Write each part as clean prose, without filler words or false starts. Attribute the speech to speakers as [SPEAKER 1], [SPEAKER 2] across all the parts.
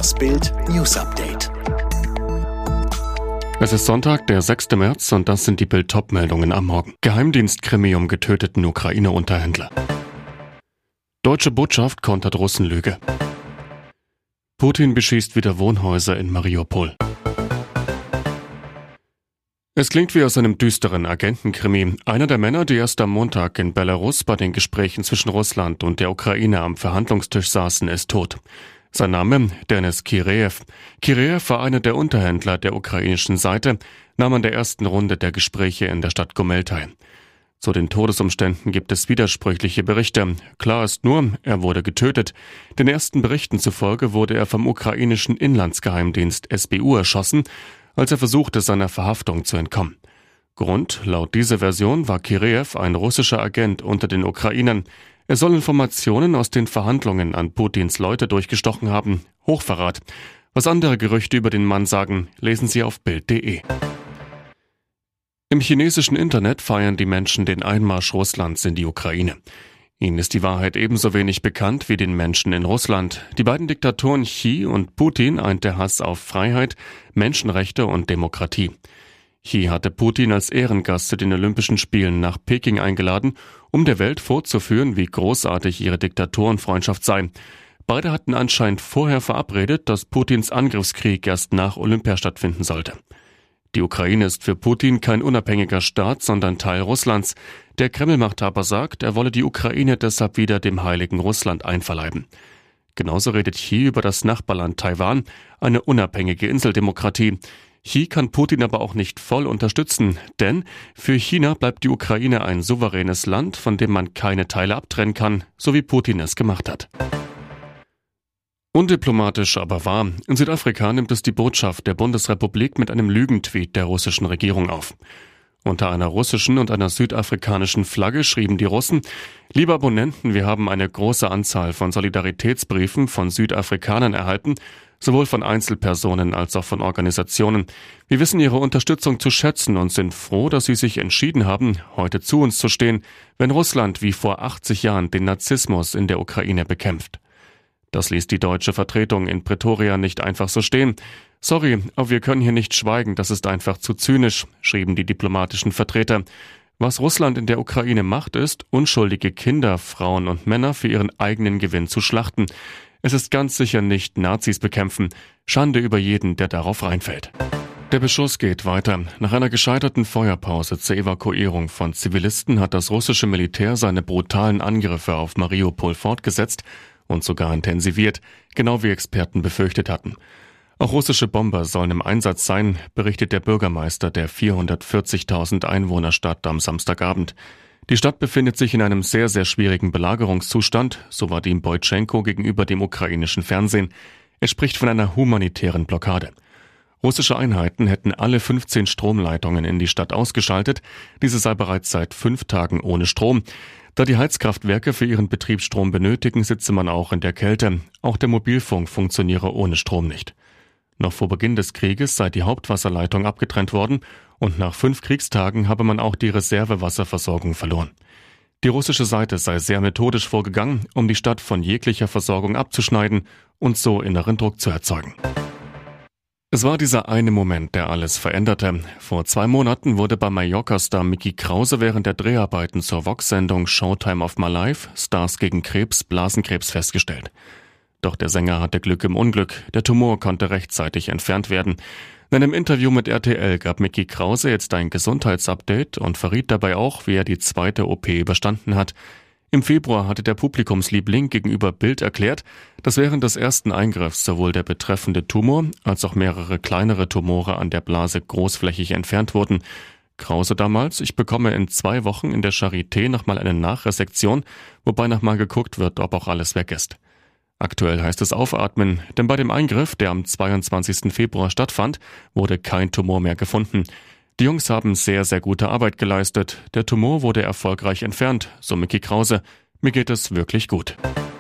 [SPEAKER 1] Das Bild News Update.
[SPEAKER 2] Es ist Sonntag, der 6. März und das sind die Bild-Top-Meldungen am Morgen. Geheimdienstkrimi um getöteten Ukraine-Unterhändler. Deutsche Botschaft kontert Russenlüge. Putin beschießt wieder Wohnhäuser in Mariupol. Es klingt wie aus einem düsteren Agentenkrimi. Einer der Männer, die erst am Montag in Belarus bei den Gesprächen zwischen Russland und der Ukraine am Verhandlungstisch saßen, ist tot. Sein Name Denis Kireev. Kireev war einer der Unterhändler der ukrainischen Seite, nahm an der ersten Runde der Gespräche in der Stadt Gomel teil. Zu den Todesumständen gibt es widersprüchliche Berichte. Klar ist nur, er wurde getötet. Den ersten Berichten zufolge wurde er vom ukrainischen Inlandsgeheimdienst SBU erschossen, als er versuchte, seiner Verhaftung zu entkommen. Grund, laut dieser Version, war Kireev ein russischer Agent unter den Ukrainern. Er soll Informationen aus den Verhandlungen an Putins Leute durchgestochen haben. Hochverrat. Was andere Gerüchte über den Mann sagen, lesen Sie auf Bild.de. Im chinesischen Internet feiern die Menschen den Einmarsch Russlands in die Ukraine. Ihnen ist die Wahrheit ebenso wenig bekannt wie den Menschen in Russland. Die beiden Diktatoren Xi und Putin eint der Hass auf Freiheit, Menschenrechte und Demokratie. Xi hatte Putin als Ehrengast zu den Olympischen Spielen nach Peking eingeladen, um der Welt vorzuführen, wie großartig ihre Diktatorenfreundschaft sei. Beide hatten anscheinend vorher verabredet, dass Putins Angriffskrieg erst nach Olympia stattfinden sollte. Die Ukraine ist für Putin kein unabhängiger Staat, sondern Teil Russlands. Der Kreml-Machthaber sagt, er wolle die Ukraine deshalb wieder dem heiligen Russland einverleiben. Genauso redet Xi über das Nachbarland Taiwan, eine unabhängige Inseldemokratie. Xi kann Putin aber auch nicht voll unterstützen, denn für China bleibt die Ukraine ein souveränes Land, von dem man keine Teile abtrennen kann, so wie Putin es gemacht hat. Undiplomatisch, aber wahr. In Südafrika nimmt es die Botschaft der Bundesrepublik mit einem Lügentweet der russischen Regierung auf. Unter einer russischen und einer südafrikanischen Flagge schrieben die Russen: Liebe Abonnenten, wir haben eine große Anzahl von Solidaritätsbriefen von Südafrikanern erhalten, sowohl von Einzelpersonen als auch von Organisationen. Wir wissen Ihre Unterstützung zu schätzen und sind froh, dass Sie sich entschieden haben, heute zu uns zu stehen, wenn Russland wie vor 80 Jahren den Nazismus in der Ukraine bekämpft. Das ließ die deutsche Vertretung in Pretoria nicht einfach so stehen. Sorry, aber wir können hier nicht schweigen, das ist einfach zu zynisch, schrieben die diplomatischen Vertreter. Was Russland in der Ukraine macht, ist, unschuldige Kinder, Frauen und Männer für ihren eigenen Gewinn zu schlachten. Es ist ganz sicher nicht Nazis bekämpfen. Schande über jeden, der darauf reinfällt. Der Beschuss geht weiter. Nach einer gescheiterten Feuerpause zur Evakuierung von Zivilisten hat das russische Militär seine brutalen Angriffe auf Mariupol fortgesetzt und sogar intensiviert, genau wie Experten befürchtet hatten. Auch russische Bomber sollen im Einsatz sein, berichtet der Bürgermeister der 440.000 Einwohnerstadt am Samstagabend. Die Stadt befindet sich in einem sehr, sehr schwierigen Belagerungszustand, so Wadim Boytschenko gegenüber dem ukrainischen Fernsehen. Er spricht von einer humanitären Blockade. Russische Einheiten hätten alle 15 Stromleitungen in die Stadt ausgeschaltet. Diese sei bereits seit 5 Tagen ohne Strom. Da die Heizkraftwerke für ihren Betrieb Strom benötigen, sitze man auch in der Kälte. Auch der Mobilfunk funktioniere ohne Strom nicht. Noch vor Beginn des Krieges sei die Hauptwasserleitung abgetrennt worden und nach 5 Kriegstagen habe man auch die Reservewasserversorgung verloren. Die russische Seite sei sehr methodisch vorgegangen, um die Stadt von jeglicher Versorgung abzuschneiden und so inneren Druck zu erzeugen. Es war dieser eine Moment, der alles veränderte. Vor 2 Monaten wurde bei Mallorca-Star Micky Krause während der Dreharbeiten zur Vox-Sendung Showtime of My Life Stars gegen Krebs, Blasenkrebs festgestellt. Doch der Sänger hatte Glück im Unglück. Der Tumor konnte rechtzeitig entfernt werden. In einem Interview mit RTL gab Micky Krause jetzt ein Gesundheitsupdate und verriet dabei auch, wie er die 2. OP überstanden hat. Im Februar hatte der Publikumsliebling gegenüber Bild erklärt, dass während des ersten Eingriffs sowohl der betreffende Tumor als auch mehrere kleinere Tumore an der Blase großflächig entfernt wurden. Krause damals: Ich bekomme in 2 Wochen in der Charité nochmal eine Nachresektion, wobei nochmal geguckt wird, ob auch alles weg ist. Aktuell heißt es aufatmen, denn bei dem Eingriff, der am 22. Februar stattfand, wurde kein Tumor mehr gefunden. Die Jungs haben sehr, sehr gute Arbeit geleistet. Der Tumor wurde erfolgreich entfernt, so Micky Krause. Mir geht es wirklich gut.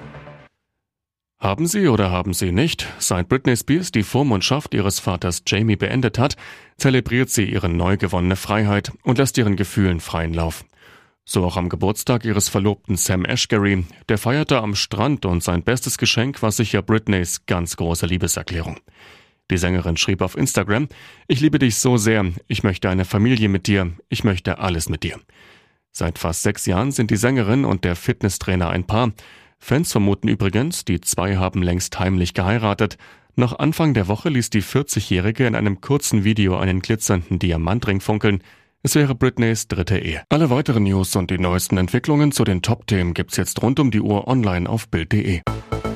[SPEAKER 2] Haben Sie oder haben Sie nicht? Seit Britney Spears die Vormundschaft ihres Vaters Jamie beendet hat, zelebriert sie ihre neu gewonnene Freiheit und lässt ihren Gefühlen freien Lauf. So auch am Geburtstag ihres Verlobten Sam Ashgary. Der feierte am Strand und sein bestes Geschenk war sicher Britneys ganz große Liebeserklärung. Die Sängerin schrieb auf Instagram: Ich liebe dich so sehr, ich möchte eine Familie mit dir, ich möchte alles mit dir. Seit fast 6 Jahren sind die Sängerin und der Fitnesstrainer ein Paar. Fans vermuten übrigens, die zwei haben längst heimlich geheiratet. Noch Anfang der Woche ließ die 40-Jährige in einem kurzen Video einen glitzernden Diamantring funkeln. Es wäre Britneys 3. Ehe. Alle weiteren News und die neuesten Entwicklungen zu den Top-Themen gibt's jetzt rund um die Uhr online auf Bild.de.